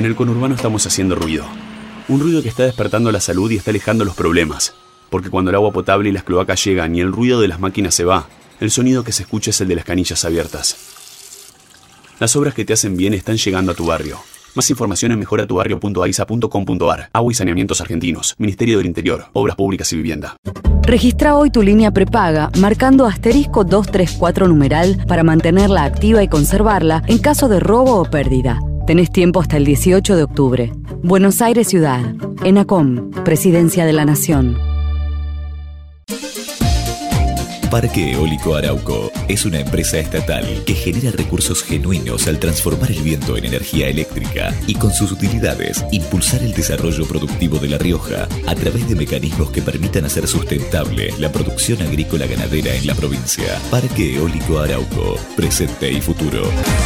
En el conurbano estamos haciendo ruido. Un ruido que está despertando la salud y está alejando los problemas. Porque cuando el agua potable y las cloacas llegan y el ruido de las máquinas se va, el sonido que se escucha es el de las canillas abiertas. Las obras que te hacen bien están llegando a tu barrio. Más información en mejoratubarrio.aisa.com.ar. Agua y Saneamientos Argentinos. Ministerio del Interior. Obras Públicas y Vivienda. Registra hoy tu línea prepaga marcando asterisco 234 numeral para mantenerla activa y conservarla en caso de robo o pérdida. Tenés tiempo hasta el 18 de octubre. Buenos Aires Ciudad. ENACOM. Presidencia de la Nación. Parque Eólico Arauco es una empresa estatal que genera recursos genuinos al transformar el viento en energía eléctrica y con sus utilidades impulsar el desarrollo productivo de La Rioja a través de mecanismos que permitan hacer sustentable la producción agrícola ganadera en la provincia. Parque Eólico Arauco, presente y futuro.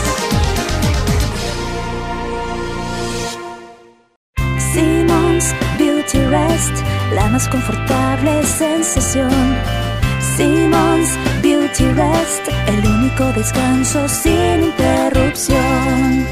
Simmons Beauty Rest, la más confortable sensación. Simmons Beauty Rest, el único descanso sin interrupción.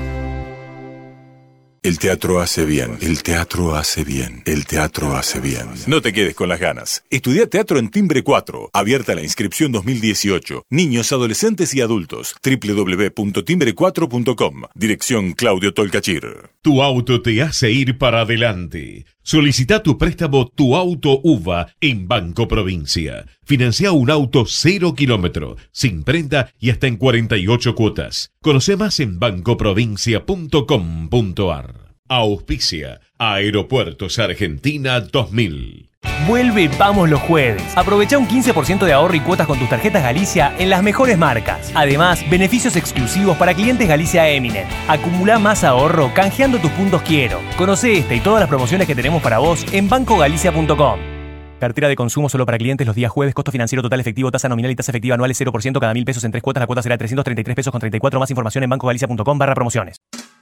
El teatro hace bien, el teatro hace bien, el teatro hace bien. No te quedes con las ganas. Estudia teatro en Timbre 4. Abierta la inscripción 2018. Niños, adolescentes y adultos. www.timbre4.com. Dirección Claudio Tolcachir. Tu auto te hace ir para adelante. Solicita tu préstamo Tu Auto UVA en Banco Provincia. Financia un auto 0 kilómetro, sin prenda y hasta en 48 cuotas. Conoce más en bancoprovincia.com.ar. Auspicia Aeropuertos Argentina 2000. Vuelve Vamos los Jueves. Aprovecha un 15% de ahorro y cuotas con tus tarjetas Galicia en las mejores marcas. Además, beneficios exclusivos para clientes Galicia Eminent. Acumula más ahorro canjeando tus puntos Quiero. Conoce esta y todas las promociones que tenemos para vos en bancogalicia.com. Cartera de consumo solo para clientes los días jueves. Costo financiero total efectivo, tasa nominal y tasa efectiva anual es 0% cada 1.000 pesos en 3 cuotas. La cuota será 333 pesos con 34. Más información en bancogalicia.com/promociones.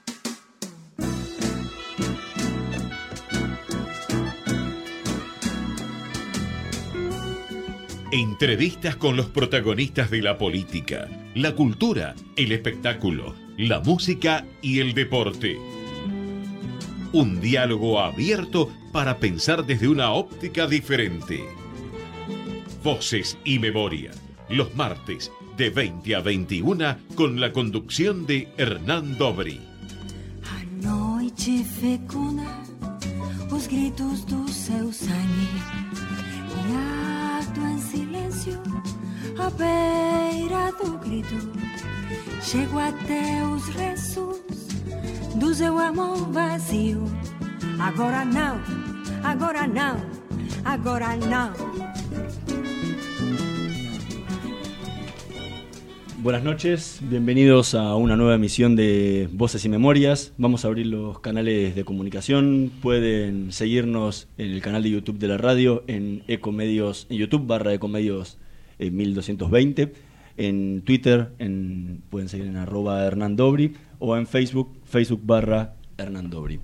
Entrevistas con los protagonistas de la política, la cultura, el espectáculo, la música y el deporte. Un diálogo abierto para pensar desde una óptica diferente. Voces y Memoria, los martes de 20 a 21 con la conducción de Hernán Dobri. A noite fecunda, os gritos do seu sangue, e alto em silêncio, à beira do grito, chego até os restos do seu amor vazio. Agora não, agora não, agora não. Buenas noches, bienvenidos a una nueva emisión de Voces y Memorias. Vamos a abrir los canales de comunicación. Pueden seguirnos en el canal de YouTube de la radio, en Ecomedios, en YouTube /Ecomedios 1220. En Twitter pueden seguir en @HernánDobri o en Facebook /HernánDobri.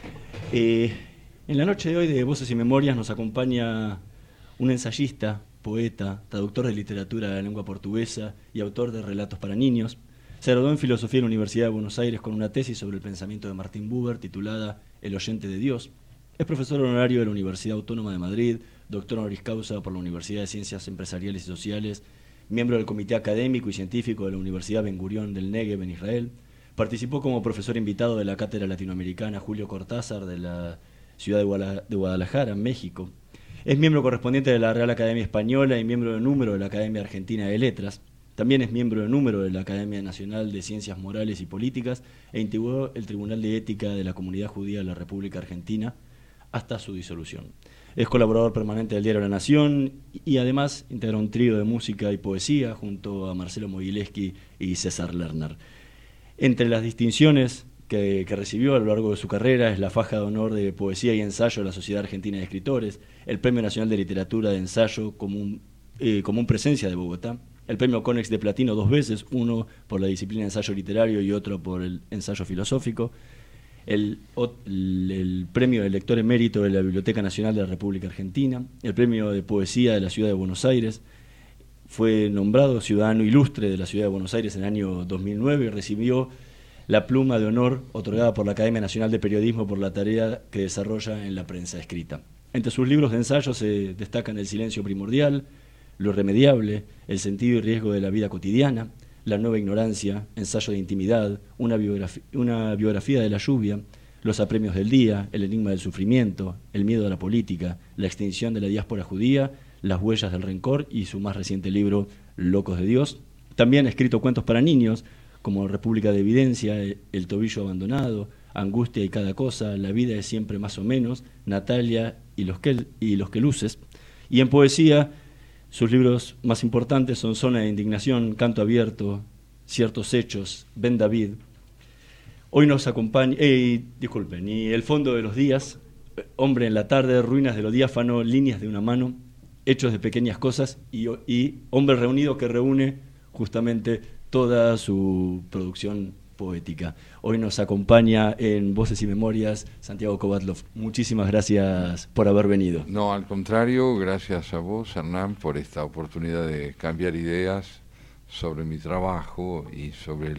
En la noche de hoy de Voces y Memorias nos acompaña un ensayista, poeta, traductor de literatura de la lengua portuguesa y autor de relatos para niños. Se graduó en Filosofía en la Universidad de Buenos Aires con una tesis sobre el pensamiento de Martín Buber titulada El oyente de Dios. Es profesor honorario de la Universidad Autónoma de Madrid, doctor honoris causa por la Universidad de Ciencias Empresariales y Sociales, miembro del Comité Académico y Científico de la Universidad Ben Gurión del Negev en Israel. Participó como profesor invitado de la Cátedra Latinoamericana Julio Cortázar de la ciudad de Guadalajara, México. Es miembro correspondiente de la Real Academia Española y miembro de número de la Academia Argentina de Letras. También es miembro de número de la Academia Nacional de Ciencias Morales y Políticas e integró el Tribunal de Ética de la Comunidad Judía de la República Argentina hasta su disolución. Es colaborador permanente del diario La Nación y además integra un trío de música y poesía junto a Marcelo Mogileski y César Lerner. Entre las distinciones que recibió a lo largo de su carrera es la faja de honor de poesía y ensayo de la Sociedad Argentina de Escritores, el Premio Nacional de Literatura de Ensayo Común Presencia de Bogotá, el Premio Conex de Platino 2 veces, uno por la disciplina de ensayo literario y otro por el ensayo filosófico, el Premio de Lector Emérito de la Biblioteca Nacional de la República Argentina, el Premio de Poesía de la Ciudad de Buenos Aires. Fue nombrado ciudadano ilustre de la Ciudad de Buenos Aires en el año 2009 y recibió la pluma de honor otorgada por la Academia Nacional de Periodismo por la tarea que desarrolla en la prensa escrita. Entre sus libros de ensayo se destacan El silencio primordial, Lo irremediable, El sentido y riesgo de la vida cotidiana, La nueva ignorancia, Ensayo de intimidad, una biografía de la lluvia, Los apremios del día, El enigma del sufrimiento, El miedo a la política, La extinción de la diáspora judía, Las huellas del rencor y su más reciente libro, Locos de Dios. También ha escrito cuentos para niños, como República de Evidencia, El tobillo abandonado, Angustia y cada cosa, La vida es siempre más o menos, Natalia y los que luces. Y en poesía, sus libros más importantes son Zona de indignación, Canto abierto, Ciertos hechos, Ben David. Hoy nos acompaña, y El fondo de los días, Hombre en la tarde, Ruinas de lo diáfano, Líneas de una mano, Hechos de pequeñas cosas y Hombre reunido, que reúne justamente toda su producción poética. Hoy nos acompaña en Voces y Memorias Santiago Kovatlov. Muchísimas gracias por haber venido. No, al contrario, gracias a vos, Hernán, por esta oportunidad de cambiar ideas sobre mi trabajo y sobre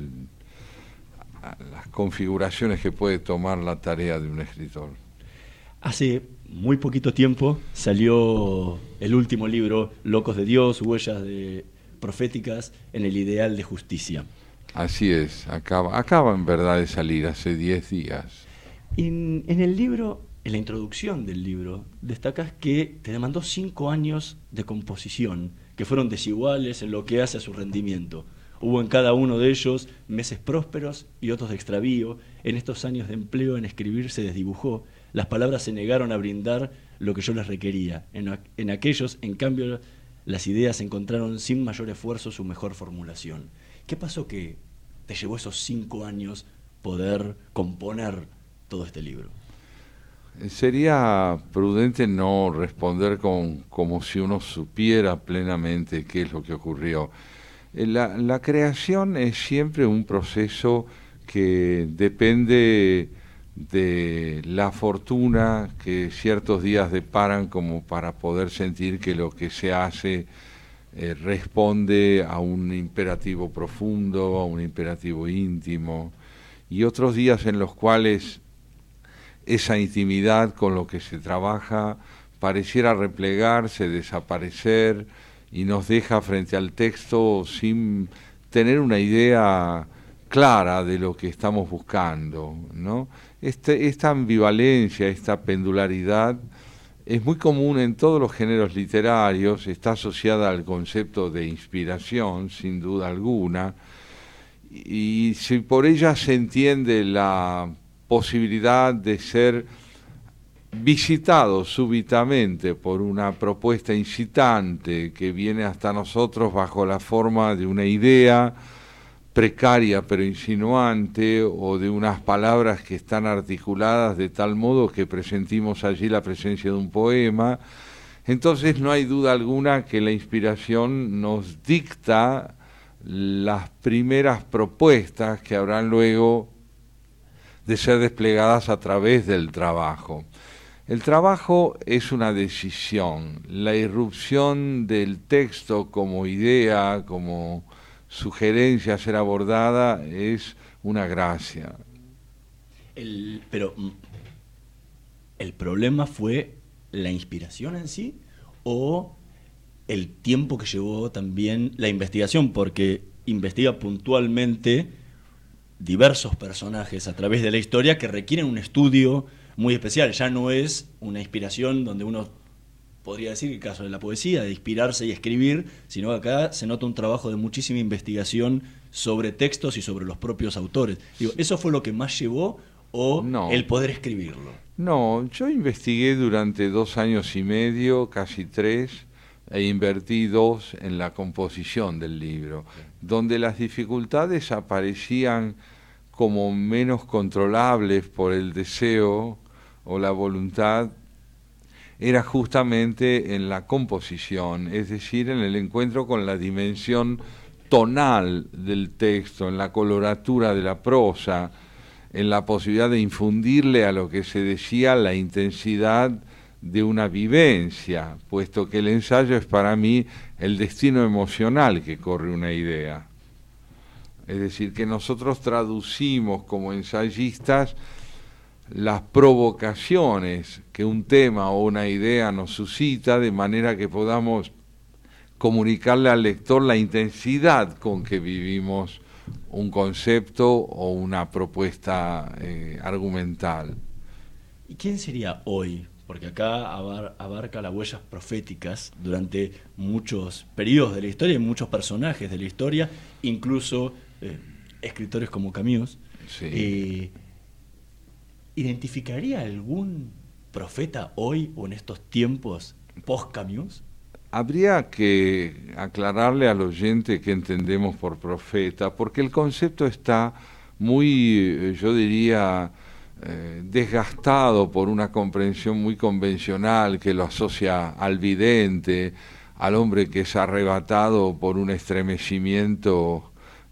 las configuraciones que puede tomar la tarea de un escritor. Hace muy poquito tiempo salió el último libro, Locos de Dios, Huellas proféticas en el ideal de justicia. Así es, acaba en verdad de salir hace 10 días. En el libro, en la introducción del libro, destacas que te demandó 5 años de composición, que fueron desiguales en lo que hace a su rendimiento. Hubo en cada uno de ellos meses prósperos y otros de extravío. En estos años de empleo en escribir se desdibujó. Las palabras se negaron a brindar lo que yo les requería. En aquellos, en cambio, las ideas encontraron sin mayor esfuerzo su mejor formulación. ¿Qué pasó que te llevó esos 5 años poder componer todo este libro? Sería prudente no responder como si uno supiera plenamente qué es lo que ocurrió. La creación es siempre un proceso que depende de la fortuna que ciertos días deparan como para poder sentir que lo que se hace responde a un imperativo profundo, a un imperativo íntimo, y otros días en los cuales esa intimidad con lo que se trabaja pareciera replegarse, desaparecer, y nos deja frente al texto sin tener una idea clara de lo que estamos buscando, ¿no? Esta ambivalencia, esta pendularidad es muy común en todos los géneros literarios, está asociada al concepto de inspiración, sin duda alguna, y si por ella se entiende la posibilidad de ser visitado súbitamente por una propuesta incitante que viene hasta nosotros bajo la forma de una idea precaria pero insinuante, o de unas palabras que están articuladas de tal modo que presentimos allí la presencia de un poema, entonces no hay duda alguna que la inspiración nos dicta las primeras propuestas que habrán luego de ser desplegadas a través del trabajo. El trabajo es una decisión, la irrupción del texto como idea, como sugerencia a ser abordada, es una gracia. Pero ¿el problema fue la inspiración en sí o el tiempo que llevó también la investigación? Porque investiga puntualmente diversos personajes a través de la historia que requieren un estudio muy especial. Ya no es una inspiración donde uno podría decir, el caso de la poesía, de inspirarse y escribir, sino que acá se nota un trabajo de muchísima investigación sobre textos y sobre los propios autores. Digo, ¿eso fue lo que más llevó o no, el poder escribirlo? No, yo investigué durante 2 años y medio, casi 3, e invertí 2 en la composición del libro, donde las dificultades aparecían como menos controlables por el deseo o la voluntad, era justamente en la composición, es decir, en el encuentro con la dimensión tonal del texto, en la coloratura de la prosa, en la posibilidad de infundirle a lo que se decía la intensidad de una vivencia, puesto que el ensayo es para mí el destino emocional que corre una idea. Es decir, que nosotros traducimos como ensayistas las provocaciones que un tema o una idea nos suscita, de manera que podamos comunicarle al lector la intensidad con que vivimos un concepto o una propuesta argumental. ¿Y quién sería hoy? Porque acá abarca las huellas proféticas durante muchos periodos de la historia y muchos personajes de la historia, incluso escritores como Camus. Sí. ¿Identificaría algún profeta hoy o en estos tiempos post-Camus? Habría que aclararle al oyente qué entendemos por profeta, porque el concepto está muy, yo diría, desgastado por una comprensión muy convencional que lo asocia al vidente, al hombre que es arrebatado por un estremecimiento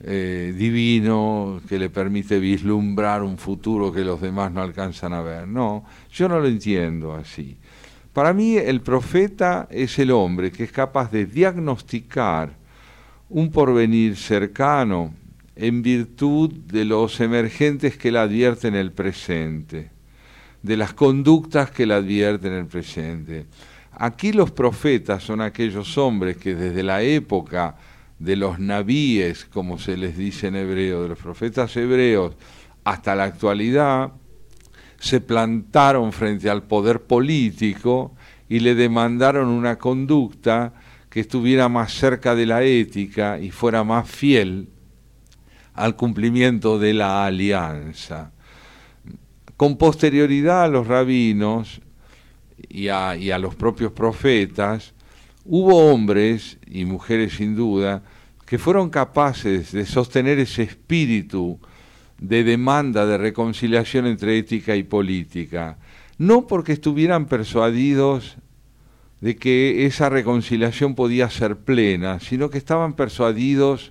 divino que le permite vislumbrar un futuro que los demás no alcanzan a ver. No, yo no lo entiendo así. Para mí el profeta es el hombre que es capaz de diagnosticar un porvenir cercano en virtud de los emergentes que él advierte en el presente, de las conductas que él advierte en el presente. Aquí los profetas son aquellos hombres que desde la época de los nabíes, como se les dice en hebreo, de los profetas hebreos, hasta la actualidad, se plantaron frente al poder político y le demandaron una conducta que estuviera más cerca de la ética y fuera más fiel al cumplimiento de la alianza. Con posterioridad a los rabinos y a los propios profetas, hubo hombres y mujeres sin duda que fueron capaces de sostener ese espíritu de demanda de reconciliación entre ética y política, no porque estuvieran persuadidos de que esa reconciliación podía ser plena, sino que estaban persuadidos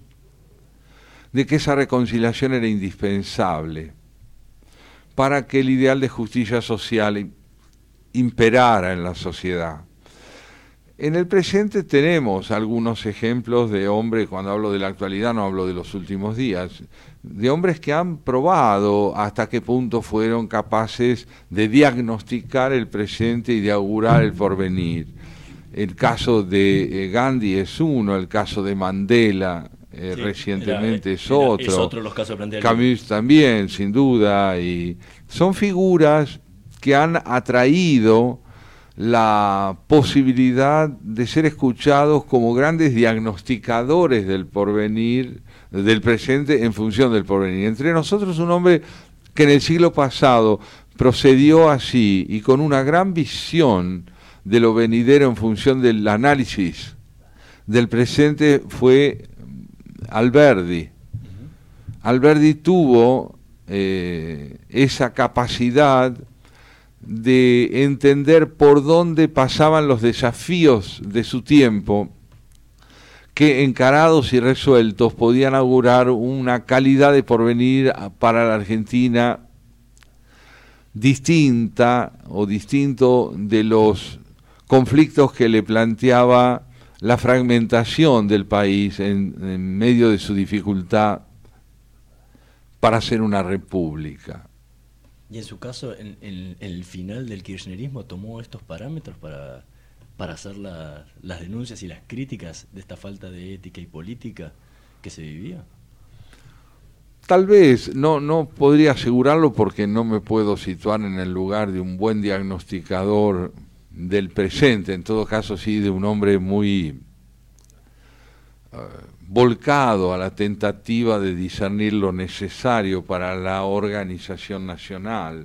de que esa reconciliación era indispensable para que el ideal de justicia social imperara en la sociedad. En el presente tenemos algunos ejemplos de hombres, cuando hablo de la actualidad no hablo de los últimos días, de hombres que han probado hasta qué punto fueron capaces de diagnosticar el presente y de augurar el porvenir. El caso de Gandhi es uno, el caso de Mandela recientemente es otro. Es otro los casos planteados. Camus también, sin duda, y son figuras que han atraído la posibilidad de ser escuchados como grandes diagnosticadores del porvenir, del presente en función del porvenir. Entre nosotros un hombre que en el siglo pasado procedió así y con una gran visión de lo venidero en función del análisis del presente fue Alberdi. Alberdi tuvo esa capacidad de entender por dónde pasaban los desafíos de su tiempo, que encarados y resueltos podían augurar una calidad de porvenir para la Argentina distinta o distinto de los conflictos que le planteaba la fragmentación del país en medio de su dificultad para ser una república. Y en su caso, en el final del kirchnerismo, ¿tomó estos parámetros para hacer las denuncias y las críticas de esta falta de ética y política que se vivía? Tal vez, no podría asegurarlo porque no me puedo situar en el lugar de un buen diagnosticador del presente, en todo caso sí de un hombre muy volcado a la tentativa de discernir lo necesario para la organización nacional.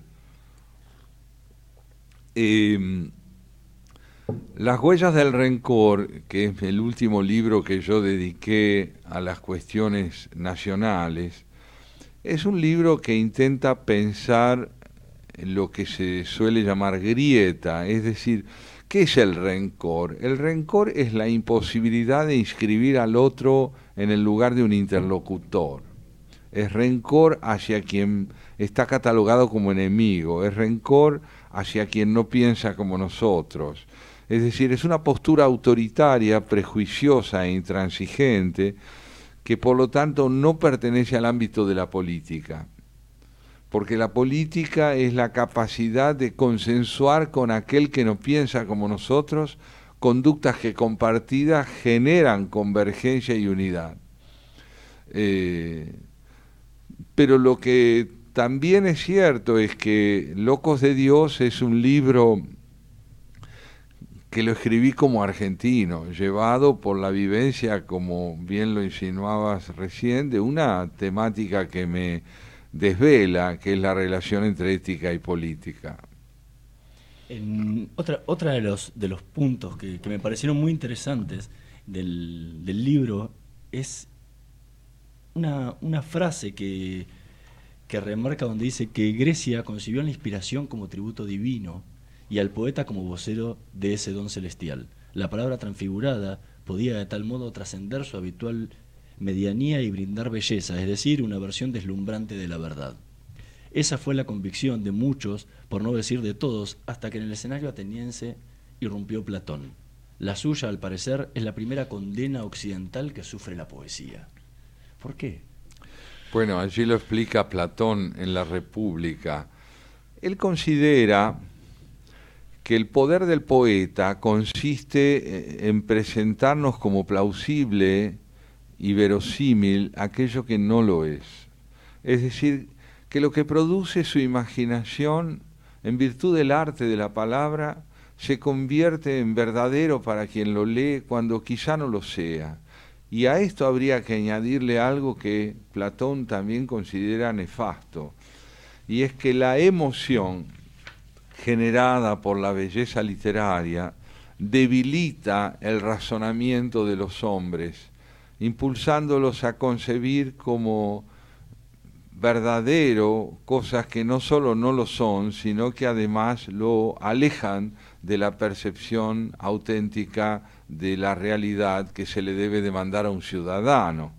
Las huellas del rencor, que es el último libro que yo dediqué a las cuestiones nacionales, es un libro que intenta pensar en lo que se suele llamar grieta, es decir, ¿qué es el rencor? El rencor es la imposibilidad de inscribir al otro en el lugar de un interlocutor. Es rencor hacia quien está catalogado como enemigo, es rencor hacia quien no piensa como nosotros. Es decir, es una postura autoritaria, prejuiciosa e intransigente que por lo tanto no pertenece al ámbito de la política, porque la política es la capacidad de consensuar con aquel que no piensa como nosotros conductas que compartidas generan convergencia y unidad. Pero lo que también es cierto es que Locos de Dios es un libro que lo escribí como argentino, llevado por la vivencia, como bien lo insinuabas recién, de una temática que me desvela, que es la relación entre ética y política. Otra de los puntos que me parecieron muy interesantes del libro es una frase que remarca, donde dice que Grecia concibió la inspiración como tributo divino y al poeta como vocero de ese don celestial. La palabra transfigurada podía de tal modo trascender su habitual medianía y brindar belleza, es decir, una versión deslumbrante de la verdad. Esa fue la convicción de muchos, por no decir de todos, hasta que en el escenario ateniense irrumpió Platón. La suya, al parecer, es la primera condena occidental que sufre la poesía. ¿Por qué? Bueno, allí lo explica Platón en la República. Él considera que el poder del poeta consiste en presentarnos como plausible y verosímil aquello que no lo es. Es decir, que lo que produce su imaginación, en virtud del arte de la palabra, se convierte en verdadero para quien lo lee cuando quizá no lo sea. Y a esto habría que añadirle algo que Platón también considera nefasto, y es que la emoción generada por la belleza literaria debilita el razonamiento de los hombres, impulsándolos a concebir como verdadero cosas que no solo no lo son, sino que además lo alejan de la percepción auténtica de la realidad que se le debe demandar a un ciudadano.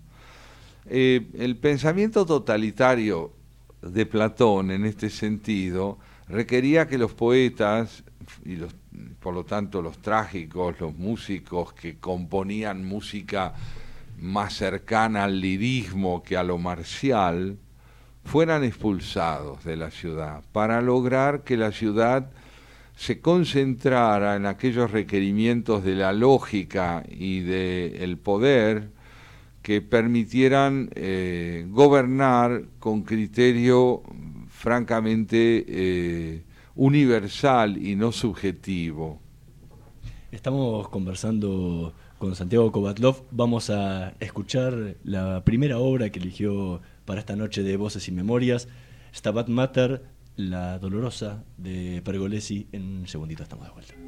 El pensamiento totalitario de Platón, en este sentido, requería que los poetas, y por lo tanto los trágicos, los músicos que componían música más cercana al lirismo que a lo marcial, fueran expulsados de la ciudad, para lograr que la ciudad se concentrara en aquellos requerimientos de la lógica y del poder que permitieran gobernar con criterio francamente universal y no subjetivo. Estamos conversando con Santiago Kovatlov. Vamos a escuchar la primera obra que eligió para esta noche de Voces y Memorias, Stabat Mater, La Dolorosa, de Pergolesi. En un segundito estamos de vuelta.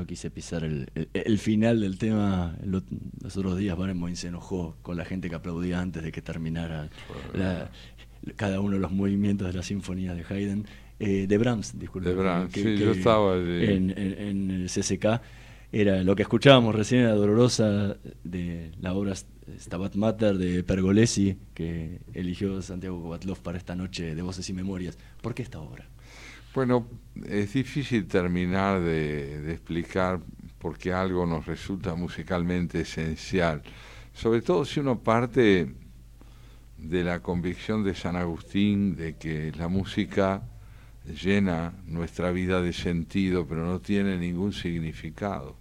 no quise pisar el final del tema. Los otros días Barenboim se enojó con la gente que aplaudía antes de que terminara cada uno de los movimientos de la sinfonía de Haydn. De Brahms, disculpe. De Brahms, sí, yo estaba allí. En el CCK. Era lo que escuchábamos recién, era Dolorosa, de la obra Stabat Mater de Pergolesi, que eligió Santiago Kovatlov para esta noche de Voces y Memorias. ¿Por qué esta obra? Bueno, es difícil terminar de explicar por qué algo nos resulta musicalmente esencial, sobre todo si uno parte de la convicción de San Agustín de que la música llena nuestra vida de sentido, pero no tiene ningún significado.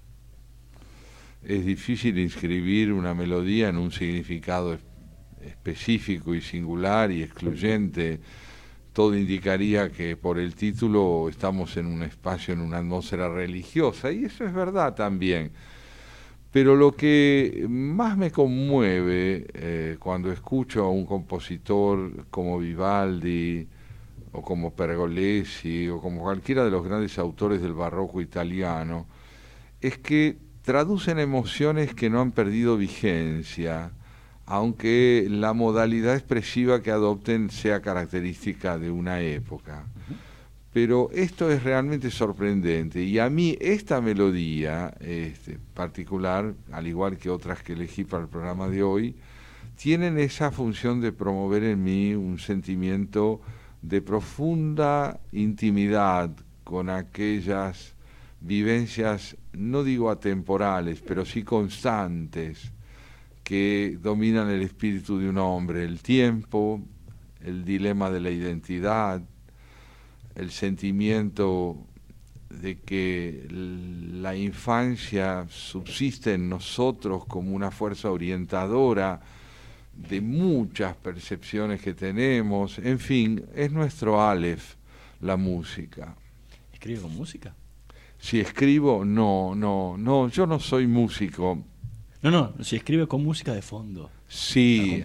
Es difícil inscribir una melodía en un significado específico y singular y excluyente. Todo indicaría que por el título estamos en un espacio, en una atmósfera religiosa, y eso es verdad también. Pero lo que más me conmueve cuando escucho a un compositor como Vivaldi, o como Pergolesi, o como cualquiera de los grandes autores del barroco italiano, es que traducen emociones que no han perdido vigencia, aunque la modalidad expresiva que adopten sea característica de una época. Pero esto es realmente sorprendente, y a mí esta melodía particular, al igual que otras que elegí para el programa de hoy, tienen esa función de promover en mí un sentimiento de profunda intimidad con aquellas vivencias, no digo atemporales, pero sí constantes, que dominan el espíritu de un hombre: el tiempo, el dilema de la identidad, el sentimiento de que la infancia subsiste en nosotros como una fuerza orientadora de muchas percepciones que tenemos. En fin, es nuestro Aleph, la música. ¿Escribe con música? Si escribo, no, yo no soy músico. No, si escribe con música de fondo. Sí,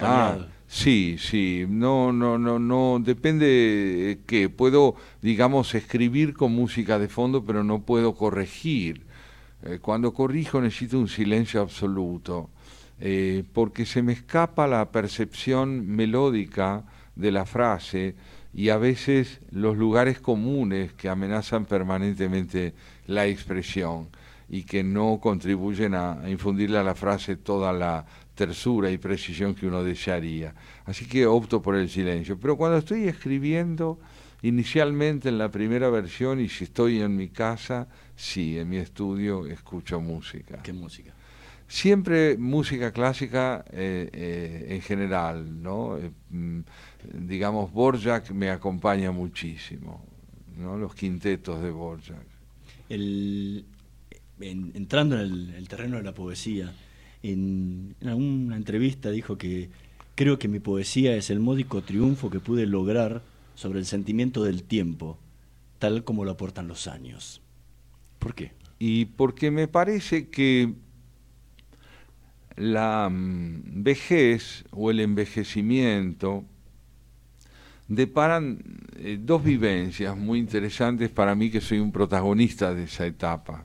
sí, no, depende que puedo, digamos, escribir con música de fondo, pero no puedo corregir. Cuando corrijo necesito un silencio absoluto, porque se me escapa la percepción melódica de la frase y a veces los lugares comunes que amenazan permanentemente la expresión y que no contribuyen a infundirle a la frase toda la tersura y precisión que uno desearía. Así que opto por el silencio. Pero cuando estoy escribiendo, inicialmente en la primera versión, y si estoy en mi casa, sí, en mi estudio, escucho música. ¿Qué música? Siempre música clásica en general, ¿no? Digamos, Dvořák me acompaña muchísimo, ¿no? Los quintetos de Dvořák. Entrando en el terreno de la poesía, en una entrevista dijo que creo que mi poesía es el módico triunfo que pude lograr sobre el sentimiento del tiempo, tal como lo aportan los años. ¿Por qué? Y porque me parece que la vejez o el envejecimiento deparan dos vivencias muy interesantes para mí, que soy un protagonista de esa etapa.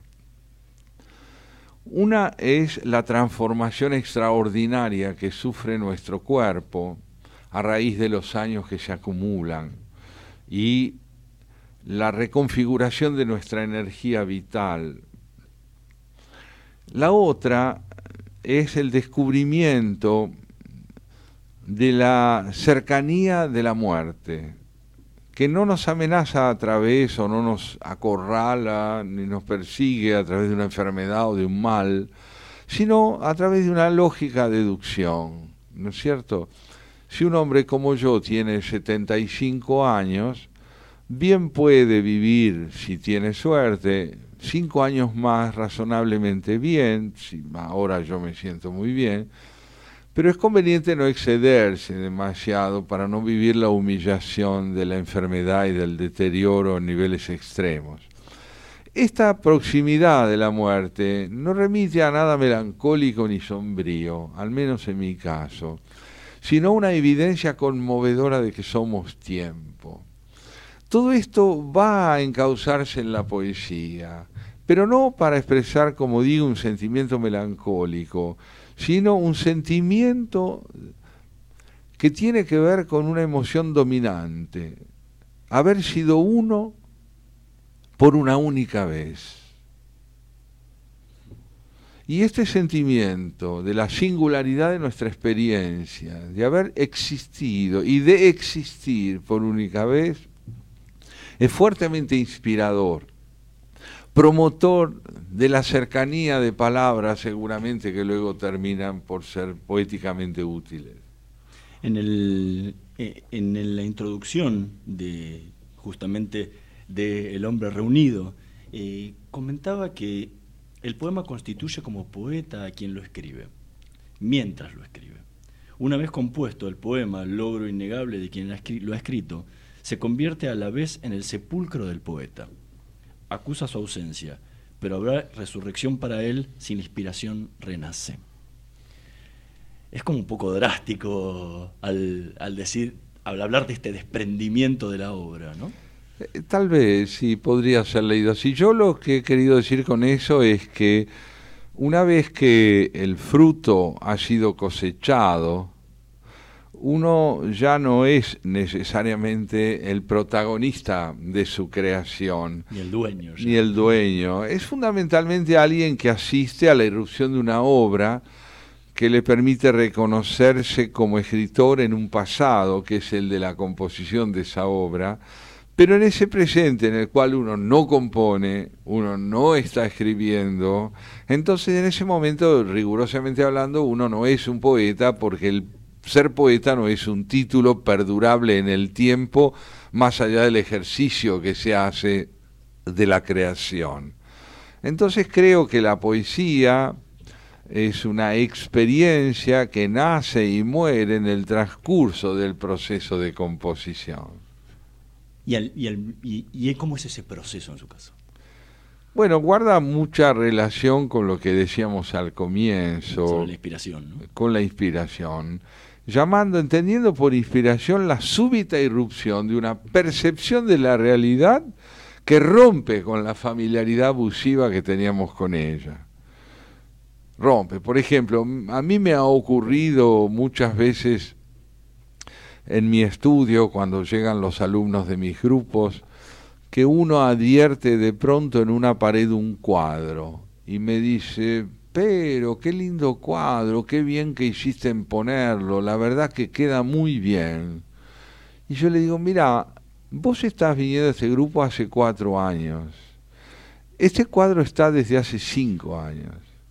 Una es la transformación extraordinaria que sufre nuestro cuerpo a raíz de los años que se acumulan y la reconfiguración de nuestra energía vital. La otra es el descubrimiento de la cercanía de la muerte, que no nos amenaza a través o no nos acorrala ni nos persigue a través de una enfermedad o de un mal, sino a través de una lógica deducción, ¿no es cierto? Si un hombre como yo tiene 75 años, bien puede vivir, si tiene suerte, 5 años más razonablemente bien, si ahora yo me siento muy bien, pero es conveniente no excederse demasiado para no vivir la humillación de la enfermedad y del deterioro en niveles extremos. Esta proximidad de la muerte no remite a nada melancólico ni sombrío, al menos en mi caso, sino una evidencia conmovedora de que somos tiempo. Todo esto va a encauzarse en la poesía, pero no para expresar, como digo, un sentimiento melancólico, sino un sentimiento que tiene que ver con una emoción dominante, haber sido uno por una única vez. Y este sentimiento de la singularidad de nuestra experiencia, de haber existido y de existir por única vez, es fuertemente inspirador, promotor de la cercanía de palabras seguramente que luego terminan por ser poéticamente útiles. En la introducción de justamente de El hombre reunido, comentaba que el poema constituye como poeta a quien lo escribe, mientras lo escribe. Una vez compuesto, el poema, logro innegable de quien lo ha escrito, se convierte a la vez en el sepulcro del poeta. Acusa su ausencia, pero habrá resurrección para él si la inspiración renace. Es como un poco drástico al hablar de este desprendimiento de la obra, ¿no? Tal vez sí podría ser leído así. Yo lo que he querido decir con eso es que una vez que el fruto ha sido cosechado, uno ya no es necesariamente el protagonista de su creación. Ni el dueño. Ni el dueño. Es fundamentalmente alguien que asiste a la irrupción de una obra que le permite reconocerse como escritor en un pasado, que es el de la composición de esa obra, pero en ese presente en el cual uno no compone, uno no está escribiendo, entonces en ese momento, rigurosamente hablando, uno no es un poeta, porque el ser poeta no es un título perdurable en el tiempo, más allá del ejercicio que se hace de la creación. Entonces creo que la poesía es una experiencia que nace y muere en el transcurso del proceso de composición. ¿Y cómo es ese proceso en su caso? Bueno, guarda mucha relación con lo que decíamos al comienzo. Sobre la inspiración, ¿no? Con la inspiración. Entendiendo por inspiración la súbita irrupción de una percepción de la realidad que rompe con la familiaridad abusiva que teníamos con ella. Rompe. Por ejemplo, a mí me ha ocurrido muchas veces en mi estudio, cuando llegan los alumnos de mis grupos, que uno advierte de pronto en una pared un cuadro y me dice: pero qué lindo cuadro, qué bien que hiciste en ponerlo, la verdad que queda muy bien. Y yo le digo: mira, vos estás viniendo a este grupo hace 4 años, este cuadro está desde hace 5 años.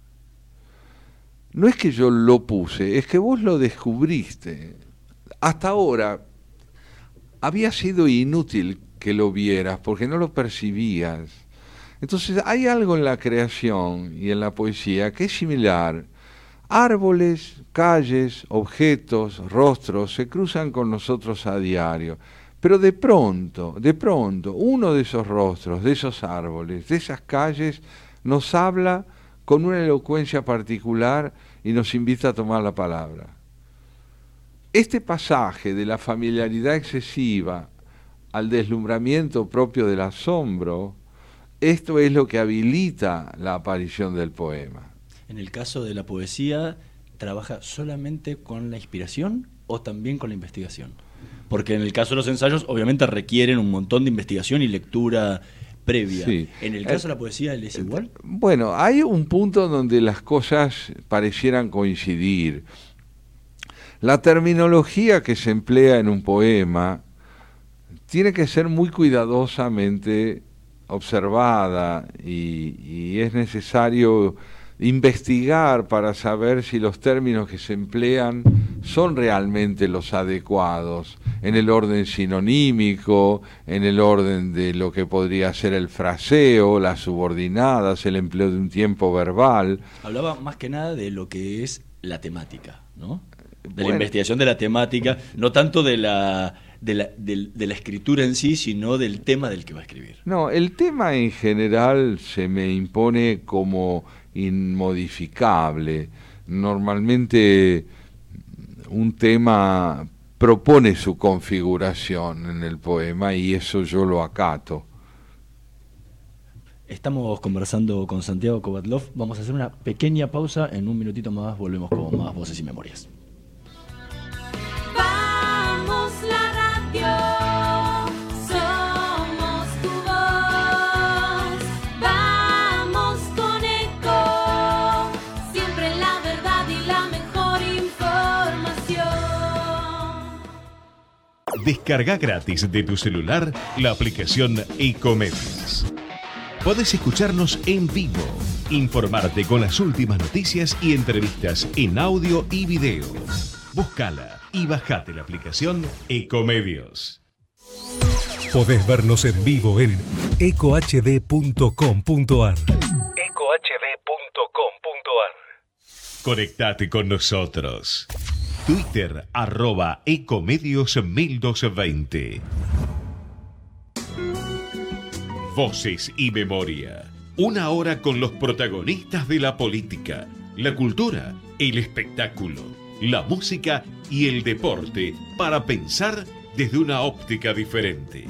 No es que yo lo puse, es que vos lo descubriste. Hasta ahora había sido inútil que lo vieras porque no lo percibías. Entonces hay algo en la creación y en la poesía que es similar. Árboles, calles, objetos, rostros se cruzan con nosotros a diario, pero de pronto, uno de esos rostros, de esos árboles, de esas calles, nos habla con una elocuencia particular y nos invita a tomar la palabra. Este pasaje de la familiaridad excesiva al deslumbramiento propio del asombro, esto es lo que habilita la aparición del poema. En el caso de la poesía, ¿trabaja solamente con la inspiración o también con la investigación? Porque en el caso de los ensayos, obviamente requieren un montón de investigación y lectura previa. Sí. ¿En el caso de la poesía es igual? Bueno, hay un punto donde las cosas parecieran coincidir. La terminología que se emplea en un poema tiene que ser muy cuidadosamente observada y es necesario investigar para saber si los términos que se emplean son realmente los adecuados, en el orden sinonímico, en el orden de lo que podría ser el fraseo, las subordinadas, el empleo de un tiempo verbal. Hablaba más que nada de lo que es la temática, ¿no? La investigación de la temática, no tanto de la escritura en sí, sino del tema del que va a escribir. No, el tema en general se me impone como inmodificable. Normalmente un tema propone su configuración en el poema y eso yo lo acato. Estamos conversando con Santiago Kovatlov. Vamos a hacer una pequeña pausa. En un minutito más volvemos con más Voces y Memorias. Vamos la radio, somos tu voz. Vamos con Eco, siempre la verdad y la mejor información. Descarga gratis de tu celular la aplicación Ecomedios. Podés escucharnos en vivo, informarte con las últimas noticias y entrevistas en audio y video. Búscala y bajate la aplicación Ecomedios. Podés vernos en vivo en ecohd.com.ar. Conectate con nosotros. Twitter @Ecomedios1220. Voces y Memoria. Una hora con los protagonistas de la política, la cultura, el espectáculo, la música y el deporte para pensar desde una óptica diferente.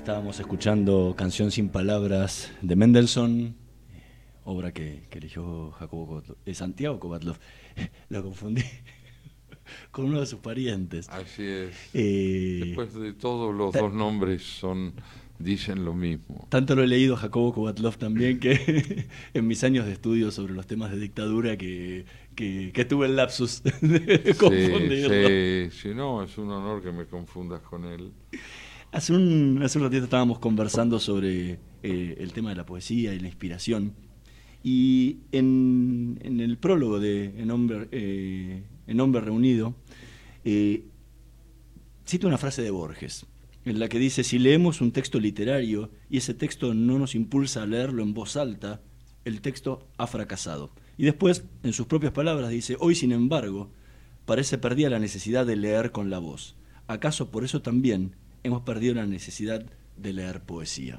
Estábamos escuchando Canción sin palabras de Mendelssohn, obra que eligió Jacobo Santiago Kovatlov. Lo confundí con uno de sus parientes. Así es. Después de todos los dos nombres dicen lo mismo. Tanto lo he leído a Jacobo Kovatlov también, que en mis años de estudio sobre los temas de dictadura que tuve el lapsus de confundirlo. Sí, no, es un honor que me confundas con él. Hace un ratito estábamos conversando sobre el tema de la poesía y la inspiración, y en el prólogo de En Hombre Reunido cito una frase de Borges, en la que dice: si leemos un texto literario y ese texto no nos impulsa a leerlo en voz alta, el texto ha fracasado. Y después, en sus propias palabras, dice: hoy, sin embargo, parece perdida la necesidad de leer con la voz. ¿Acaso por eso también hemos perdido la necesidad de leer poesía?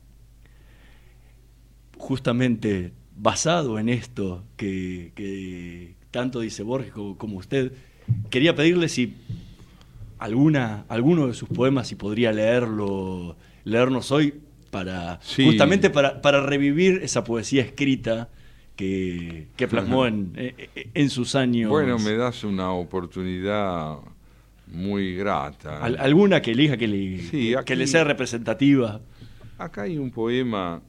Justamente basado en esto que tanto dice Borges como usted, quería pedirle si alguno de sus poemas, si podría leernos hoy, justamente para revivir esa poesía escrita que plasmó en sus años. Bueno, me das una oportunidad muy grata. ¿Alguna que elija que le sea representativa? Acá hay un poema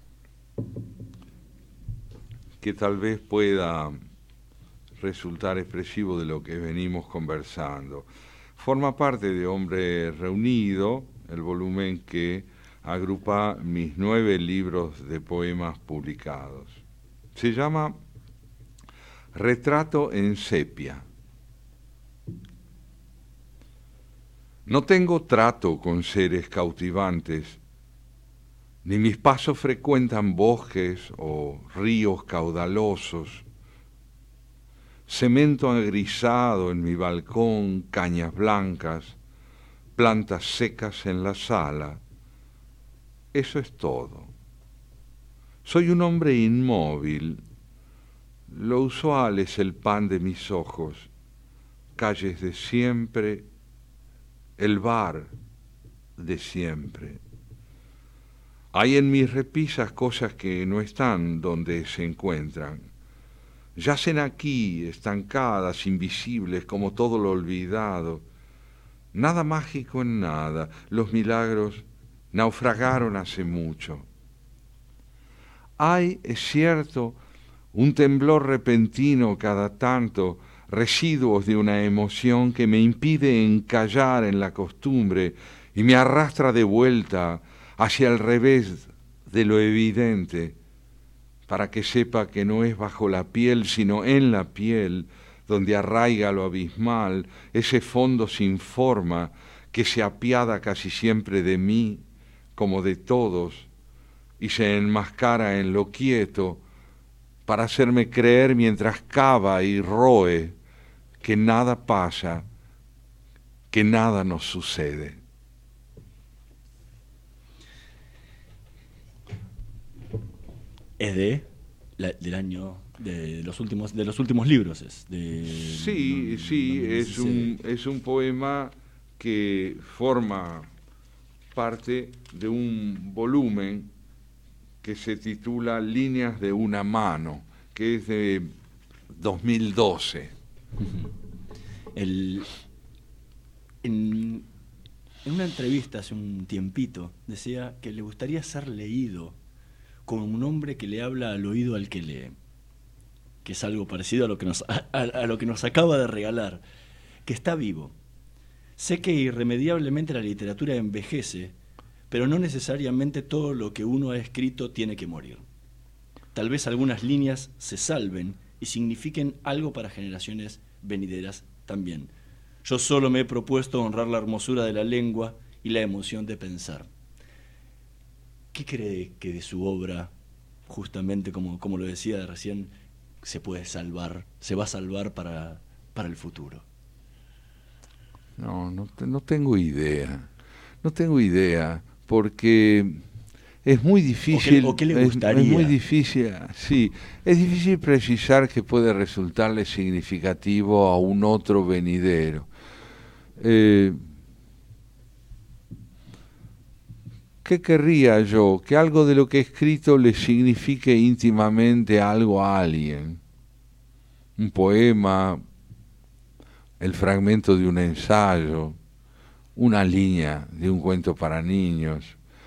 que tal vez pueda resultar expresivo de lo que venimos conversando. Forma parte de Hombre Reunido, el volumen que agrupa mis 9 libros de poemas publicados. Se llama Retrato en sepia. No tengo trato con seres cautivantes, ni mis pasos frecuentan bosques o ríos caudalosos. Cemento agrisado en mi balcón, cañas blancas, plantas secas en la sala. Eso es todo. Soy un hombre inmóvil. Lo usual es el pan de mis ojos, calles de siempre, el bar de siempre. Hay en mis repisas cosas que no están donde se encuentran. Yacen aquí, estancadas, invisibles, como todo lo olvidado. Nada mágico en nada. Los milagros naufragaron hace mucho. Hay, es cierto, un temblor repentino cada tanto, residuos de una emoción que me impide encallar en la costumbre y me arrastra de vuelta hacia el revés de lo evidente, para que sepa que no es bajo la piel, sino en la piel, donde arraiga lo abismal, ese fondo sin forma que se apiada casi siempre de mí, como de todos, y se enmascara en lo quieto, para hacerme creer mientras cava y roe que nada pasa, que nada nos sucede. Es del año de los últimos libros. Es un poema que forma parte de un volumen que se titula Líneas de una mano, que es de 2012. En una entrevista hace un tiempito decía que le gustaría ser leído como un hombre que le habla al oído al que lee, que es algo parecido a lo que nos acaba de regalar, que está vivo. Sé que irremediablemente la literatura envejece, pero no necesariamente todo lo que uno ha escrito tiene que morir. Tal vez algunas líneas se salven y signifiquen algo para generaciones venideras también. Yo solo me he propuesto honrar la hermosura de la lengua y la emoción de pensar. ¿Qué cree que de su obra, justamente como lo decía recién, se va a salvar para el futuro? No tengo idea. No tengo idea, porque es muy difícil. ¿O qué le gustaría? Es muy difícil, sí. Es difícil precisar que puede resultarle significativo a un otro venidero. ¿qué querría yo? Que algo de lo que he escrito le signifique íntimamente algo a alguien. Un poema, el fragmento de un ensayo, una línea de un cuento para niños,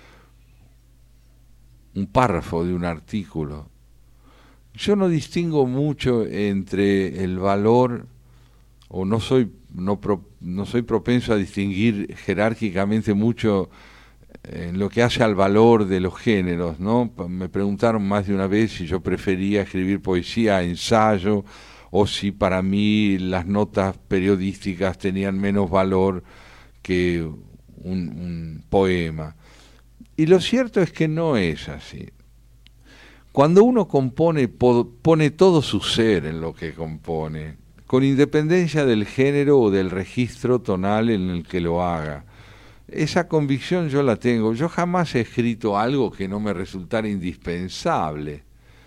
un párrafo de un artículo. Yo no distingo mucho entre el valor, o no soy propenso a distinguir jerárquicamente mucho en lo que hace al valor de los géneros, ¿no? Me preguntaron más de una vez si yo prefería escribir poesía a ensayo, o si para mí las notas periodísticas tenían menos valor que un poema. Y lo cierto es que no es así. Cuando uno compone, pone todo su ser en lo que compone, con independencia del género o del registro tonal en el que lo haga. Esa convicción yo la tengo. Yo jamás he escrito algo que no me resultara indispensable.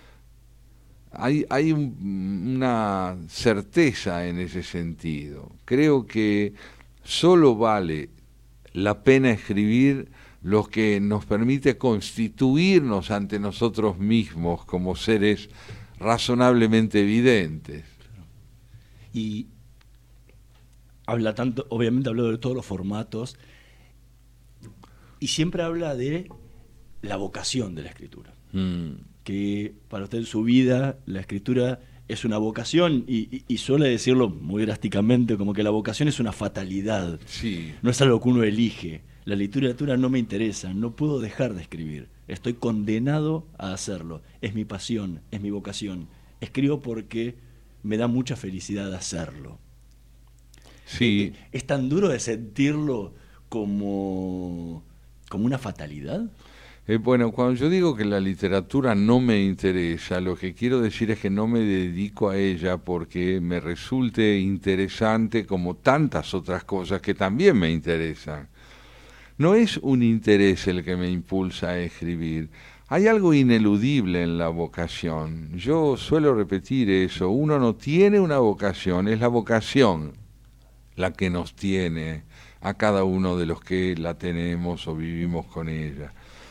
Hay una certeza en ese sentido. Creo que solo vale la pena escribir lo que nos permite constituirnos ante nosotros mismos como seres razonablemente evidentes. Y habla tanto, obviamente habló de todos los formatos, y siempre habla de la vocación de la escritura. Que para usted en su vida la escritura es una vocación, y suele decirlo muy drásticamente, como que la vocación es una fatalidad. Sí. No es algo que uno elige. La literatura no me interesa, no puedo dejar de escribir. Estoy condenado a hacerlo. Es mi pasión, es mi vocación. Escribo porque me da mucha felicidad hacerlo. Sí. ¿Es tan duro de sentirlo como una fatalidad? Bueno, cuando yo digo que la literatura no me interesa, lo que quiero decir es que no me dedico a ella porque me resulte interesante como tantas otras cosas que también me interesan. No es un interés el que me impulsa a escribir. Hay algo ineludible en la vocación. Yo suelo repetir eso. Uno no tiene una vocación, es la vocación la que nos tiene a cada uno de los que la tenemos o vivimos con ella.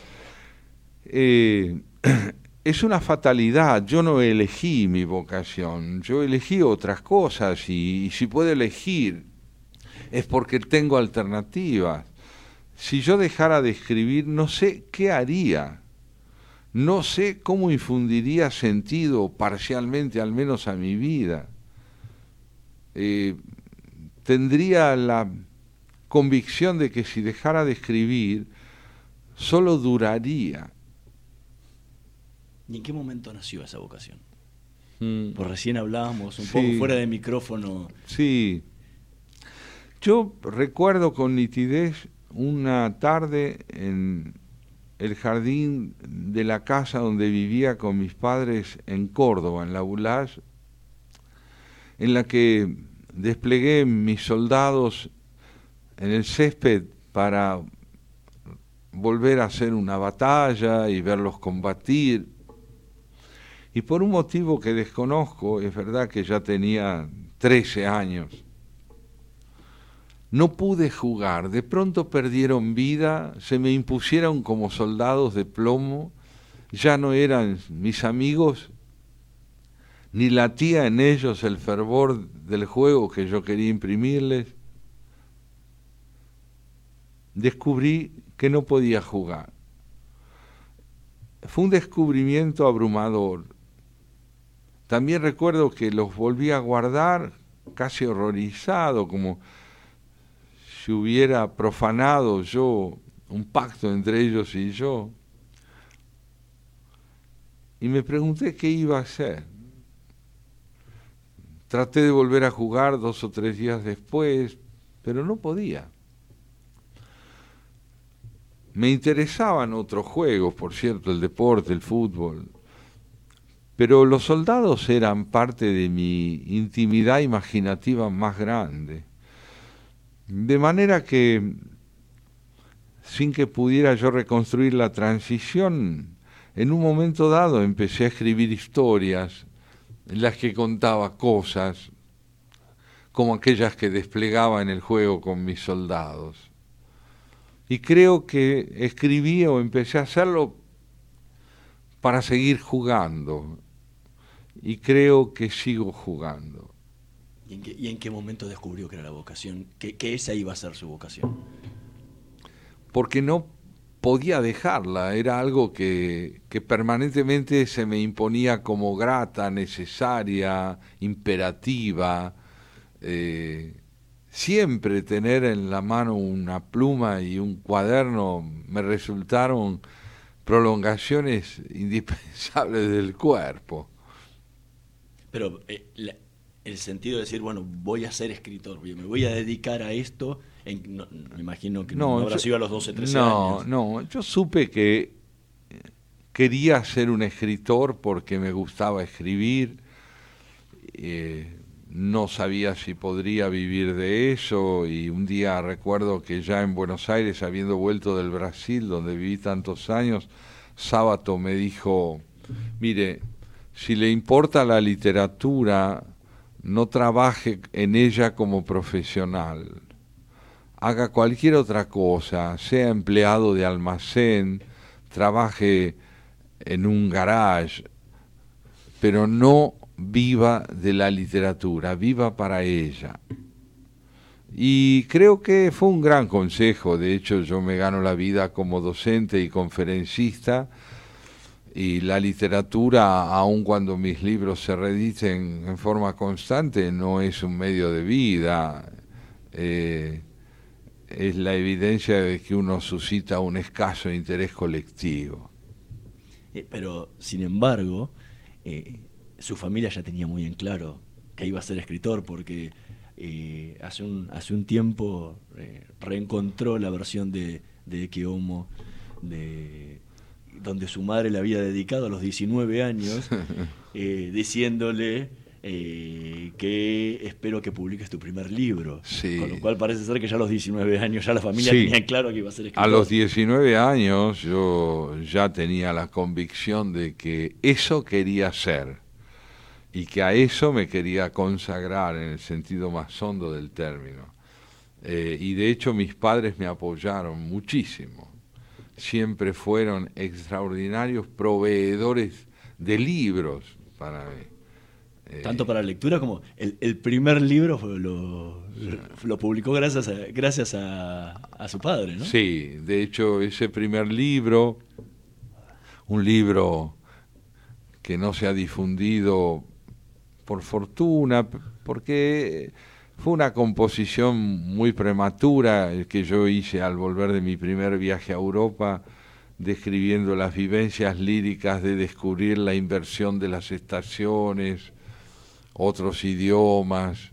Es una fatalidad. Yo no elegí mi vocación, yo elegí otras cosas, y si puedo elegir es porque tengo alternativas. Si yo dejara de escribir, no sé qué haría, no sé cómo infundiría sentido parcialmente, al menos a mi vida. Tendría la convicción de que si dejara de escribir, solo duraría. ¿Y en qué momento nació esa vocación? Pues recién hablábamos un Sí. poco fuera de micrófono. Sí. Yo recuerdo con nitidez una tarde en el jardín de la casa donde vivía con mis padres en Córdoba, en La Bulash, en la que desplegué mis soldados en el césped para volver a hacer una batalla y verlos combatir. Y por un motivo que desconozco, es verdad que ya tenía 13 años, no pude jugar. De pronto perdieron vida, se me impusieron como soldados de plomo, ya no eran mis amigos, ni latía en ellos el fervor del juego que yo quería imprimirles. Descubrí que no podía jugar. Fue un descubrimiento abrumador. También recuerdo que los volví a guardar casi horrorizado, como si hubiera profanado yo un pacto entre ellos y yo. Y me pregunté qué iba a hacer. Traté de volver a jugar 2 o 3 días después, pero no podía. Me interesaban otros juegos, por cierto, el deporte, el fútbol, pero los soldados eran parte de mi intimidad imaginativa más grande. De manera que, sin que pudiera yo reconstruir la transición, en un momento dado empecé a escribir historias en las que contaba cosas como aquellas que desplegaba en el juego con mis soldados. Y creo que escribí o empecé a hacerlo para seguir jugando. Y creo que sigo jugando. ¿Y en qué momento descubrió que era la vocación? Que esa iba a ser su vocación. Porque no podía dejarla, era algo que permanentemente se me imponía como grata, necesaria, imperativa. Siempre tener en la mano una pluma y un cuaderno me resultaron prolongaciones indispensables del cuerpo. Pero el sentido de decir, bueno, voy a ser escritor, me voy a dedicar a esto, me imagino que no habrá sido a los 12, 13 años. No, yo supe que quería ser un escritor porque me gustaba escribir, no sabía si podría vivir de eso, y un día recuerdo que ya en Buenos Aires, habiendo vuelto del Brasil, donde viví tantos años, Sábato me dijo, mire, si le importa la literatura, no trabaje en ella como profesional. Haga cualquier otra cosa, sea empleado de almacén, trabaje en un garage, pero no viva de la literatura, viva para ella. Y creo que fue un gran consejo. De hecho, yo me gano la vida como docente y conferencista, y la literatura, aun cuando mis libros se reediten en forma constante, no es un medio de vida. Es la evidencia de que uno suscita un escaso interés colectivo. Pero, sin embargo, su familia ya tenía muy en claro que iba a ser escritor, porque hace un tiempo reencontró la versión de Ecce Homo, donde su madre le había dedicado a los 19 años, diciéndole que espero que publiques tu primer libro. Sí. Con lo cual parece ser que ya a los 19 años ya la familia tenía claro que iba a ser escritor. A los 19 años yo ya tenía la convicción de que eso quería ser, y que a eso me quería consagrar en el sentido más hondo del término. Y de hecho mis padres me apoyaron muchísimo. Siempre fueron extraordinarios proveedores de libros para mí. Tanto para la lectura como el primer libro lo publicó gracias a su padre, ¿no? Sí, de hecho ese primer libro, un libro que no se ha difundido por fortuna, porque fue una composición muy prematura que yo hice al volver de mi primer viaje a Europa, describiendo las vivencias líricas de descubrir la inversión de las estaciones, otros idiomas.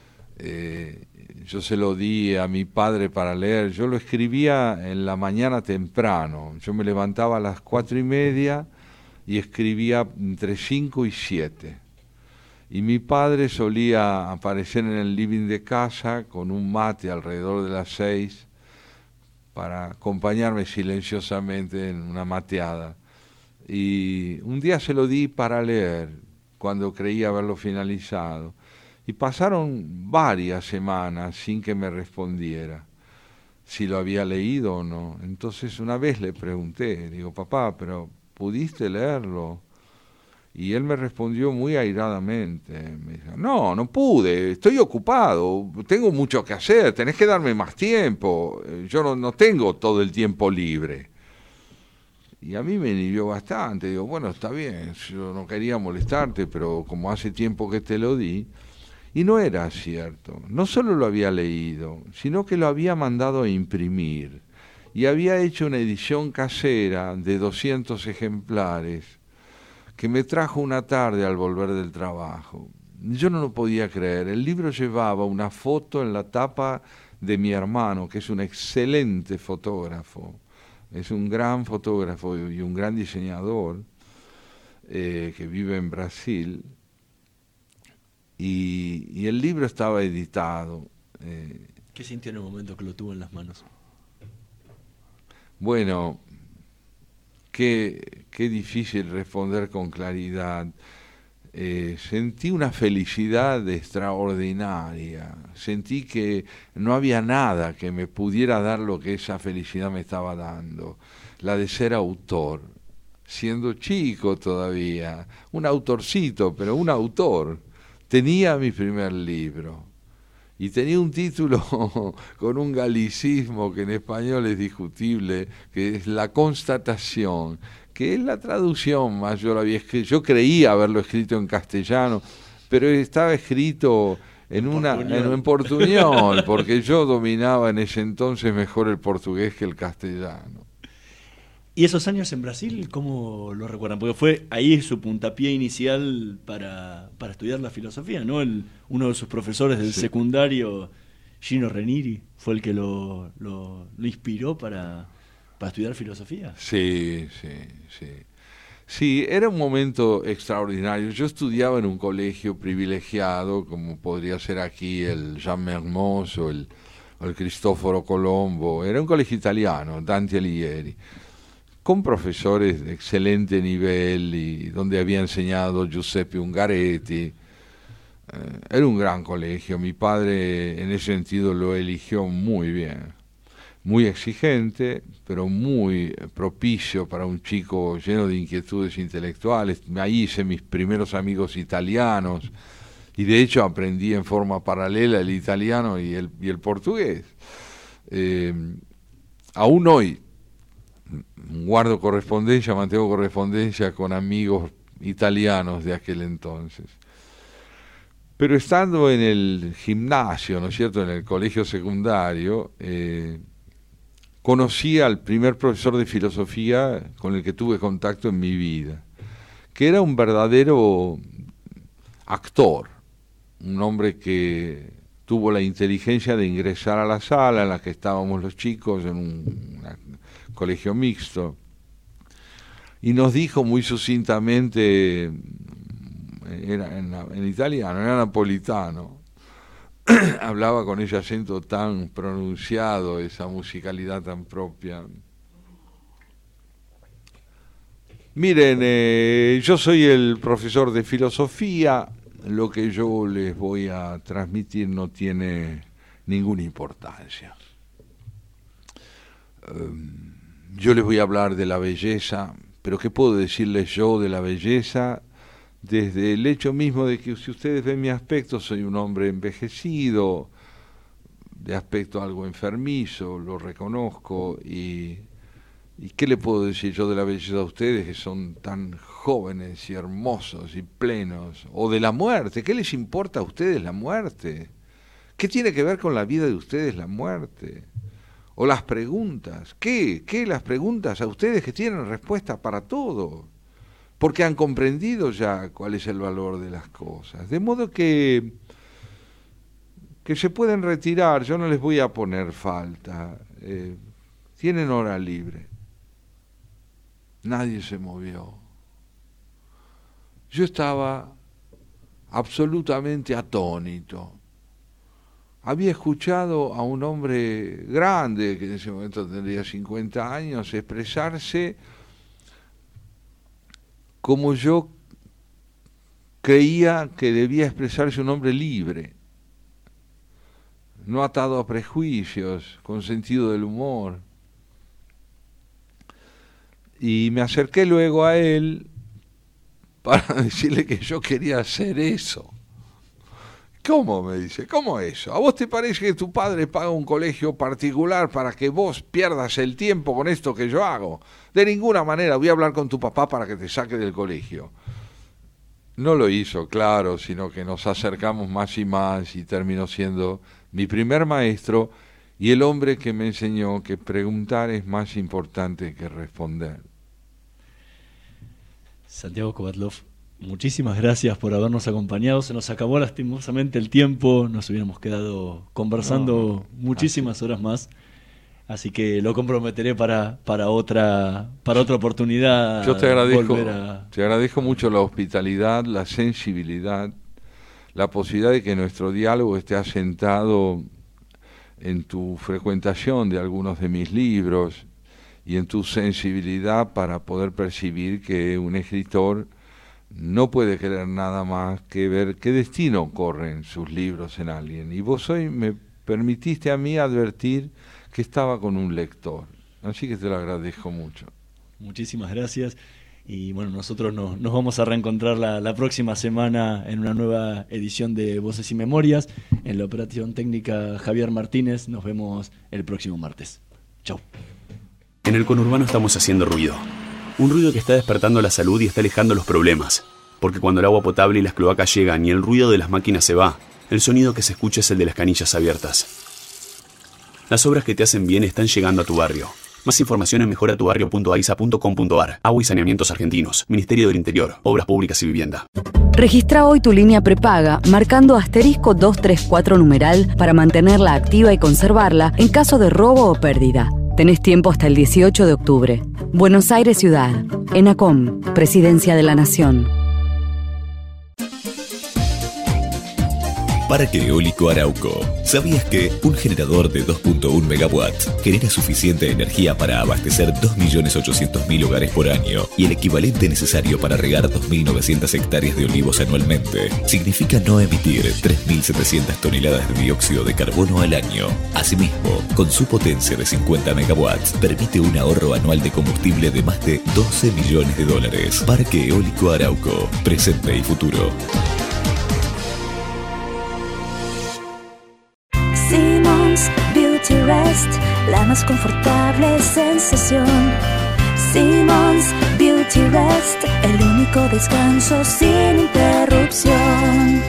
Yo se lo di a mi padre para leer. Yo lo escribía en la mañana temprano. Yo me levantaba a las 4:30 y escribía entre 5 y 7. Y mi padre solía aparecer en el living de casa con un mate alrededor de las 6 para acompañarme silenciosamente en una mateada. Y un día se lo di para leer, cuando creía haberlo finalizado. Y pasaron varias semanas sin que me respondiera si lo había leído o no. Entonces una vez le pregunté, digo, papá, ¿pero pudiste leerlo? Y él me respondió muy airadamente, me dijo, no pude, estoy ocupado, tengo mucho que hacer, tenés que darme más tiempo, yo no tengo todo el tiempo libre. Y a mí me inhibió bastante, digo, bueno, está bien, yo no quería molestarte, pero como hace tiempo que te lo di. Y no era cierto, no solo lo había leído, sino que lo había mandado a imprimir, y había hecho una edición casera de 200 ejemplares, que me trajo una tarde al volver del trabajo. Yo no lo podía creer. El libro llevaba una foto en la tapa de mi hermano, que es un excelente fotógrafo, es un gran fotógrafo y un gran diseñador, que vive en Brasil, y el libro estaba editado. ¿Qué sintió en el momento que lo tuvo en las manos? Bueno, qué difícil responder con claridad. sentí una felicidad extraordinaria, sentí que no había nada que me pudiera dar lo que esa felicidad me estaba dando, la de ser autor, siendo chico todavía, un autorcito, pero un autor. Tenía mi primer libro y tenía un título con un galicismo que en español es discutible, que es La Constatación, que es la traducción más. Yo creía haberlo escrito en castellano, pero estaba escrito en portuñol, porque yo dominaba en ese entonces mejor el portugués que el castellano. ¿Y esos años en Brasil, cómo lo recuerdan? Porque fue ahí su puntapié inicial para estudiar la filosofía, ¿no? Uno de sus profesores del secundario, Gino Renieri, fue el que lo inspiró para estudiar filosofía. Sí. Sí, era un momento extraordinario. Yo estudiaba en un colegio privilegiado, como podría ser aquí el Jean Mermoz o el Cristoforo Colombo. Era un colegio italiano, Dante Alighieri, con profesores de excelente nivel y donde había enseñado Giuseppe Ungaretti. Era un gran colegio. Mi padre en ese sentido lo eligió muy bien. Muy exigente, pero muy propicio para un chico lleno de inquietudes intelectuales. Ahí hice mis primeros amigos italianos y de hecho aprendí en forma paralela el italiano y el portugués. Aún hoy mantengo correspondencia con amigos italianos de aquel entonces. Pero estando en el gimnasio, ¿no es cierto?, en el colegio secundario, conocí al primer profesor de filosofía con el que tuve contacto en mi vida, que era un verdadero actor, un hombre que tuvo la inteligencia de ingresar a la sala en la que estábamos los chicos, en un colegio mixto, y nos dijo muy sucintamente, era en italiano, era napolitano, hablaba con ese acento tan pronunciado, esa musicalidad tan propia. Miren, yo soy el profesor de filosofía, lo que yo les voy a transmitir no tiene ninguna importancia. Yo les voy a hablar de la belleza, pero ¿qué puedo decirles yo de la belleza? Desde el hecho mismo de que si ustedes ven mi aspecto, soy un hombre envejecido, de aspecto algo enfermizo, lo reconozco, y ¿qué le puedo decir yo de la belleza a ustedes que son tan jóvenes y hermosos y plenos? O de la muerte, ¿qué les importa a ustedes la muerte? ¿Qué tiene que ver con la vida de ustedes la muerte? O las preguntas, ¿qué las preguntas a ustedes que tienen respuesta para todo? Porque han comprendido ya cuál es el valor de las cosas. De modo que se pueden retirar, yo no les voy a poner falta. Tienen hora libre. Nadie se movió. Yo estaba absolutamente atónito. Había escuchado a un hombre grande, que en ese momento tendría 50 años, expresarse como yo creía que debía expresarse un hombre libre, no atado a prejuicios, con sentido del humor. Y me acerqué luego a él para decirle que yo quería hacer eso. ¿Cómo? Me dice, ¿cómo eso? ¿A vos te parece que tu padre paga un colegio particular para que vos pierdas el tiempo con esto que yo hago? De ninguna manera. Voy a hablar con tu papá para que te saque del colegio. No lo hizo, claro, sino que nos acercamos más y más y terminó siendo mi primer maestro y el hombre que me enseñó que preguntar es más importante que responder. Santiago Kovatlov, muchísimas gracias por habernos acompañado. Se nos acabó lastimosamente el tiempo, nos hubiéramos quedado conversando muchísimas horas más, así que lo comprometeré para otra oportunidad. Yo te agradezco mucho la hospitalidad, la sensibilidad, la posibilidad de que nuestro diálogo esté asentado en tu frecuentación de algunos de mis libros y en tu sensibilidad para poder percibir que un escritor no puede querer nada más que ver qué destino corren sus libros en alguien. Y vos hoy me permitiste a mí advertir que estaba con un lector. Así que te lo agradezco mucho. Muchísimas gracias. Y bueno, nosotros nos vamos a reencontrar la próxima semana en una nueva edición de Voces y Memorias. En la operación técnica Javier Martínez. Nos vemos el próximo martes. Chau. En el conurbano estamos haciendo ruido. Un ruido que está despertando la salud y está alejando los problemas. Porque cuando el agua potable y las cloacas llegan y el ruido de las máquinas se va, el sonido que se escucha es el de las canillas abiertas. Las obras que te hacen bien están llegando a tu barrio. Más información en mejoratubarrio.aisa.com.ar. Agua y Saneamientos Argentinos. Ministerio del Interior. Obras Públicas y Vivienda. Registra hoy tu línea prepaga marcando asterisco 234 numeral para mantenerla activa y conservarla en caso de robo o pérdida. Tenés tiempo hasta el 18 de octubre. Buenos Aires Ciudad. ENACOM. Presidencia de la Nación. Parque Eólico Arauco. ¿Sabías que un generador de 2.1 megawatts genera suficiente energía para abastecer 2.800.000 hogares por año y el equivalente necesario para regar 2.900 hectáreas de olivos anualmente? Significa no emitir 3.700 toneladas de dióxido de carbono al año. Asimismo, con su potencia de 50 megawatts, permite un ahorro anual de combustible de más de $12 millones. Parque Eólico Arauco. Presente y futuro. Simmons Beauty Rest, la más confortable sensación. Simmons Beauty Rest, el único descanso sin interrupción.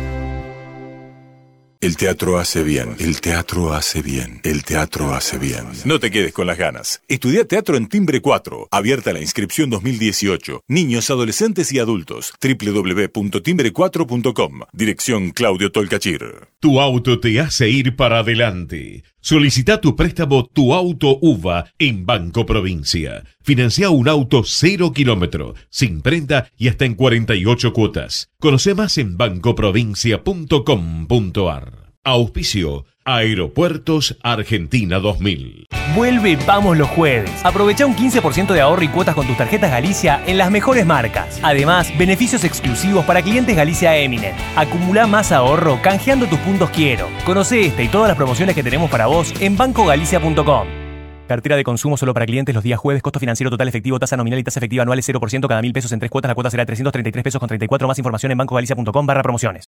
El teatro hace bien, el teatro hace bien, el teatro hace bien. No te quedes con las ganas. Estudia teatro en Timbre 4. Abierta la inscripción 2018. Niños, adolescentes y adultos. www.timbre4.com. Dirección Claudio Tolcachir. Tu auto te hace ir para adelante. Solicita tu préstamo Tu Auto UVA en Banco Provincia. Financia un auto 0 kilómetro, sin prenda y hasta en 48 cuotas. Conoce más en bancoprovincia.com.ar. Auspicio Aeropuertos Argentina 2000. Vuelve Vamos los Jueves. Aprovecha un 15% de ahorro y cuotas con tus tarjetas Galicia en las mejores marcas. Además, beneficios exclusivos para clientes Galicia Eminent. Acumula más ahorro canjeando tus puntos Quiero. Conoce esta y todas las promociones que tenemos para vos en bancogalicia.com. Cartera de consumo solo para clientes los días jueves. Costo financiero total efectivo, tasa nominal y tasa efectiva anual es 0% cada 1.000 pesos en 3 cuotas. La cuota será 333 pesos con 34. Más información en bancogalicia.com/promociones.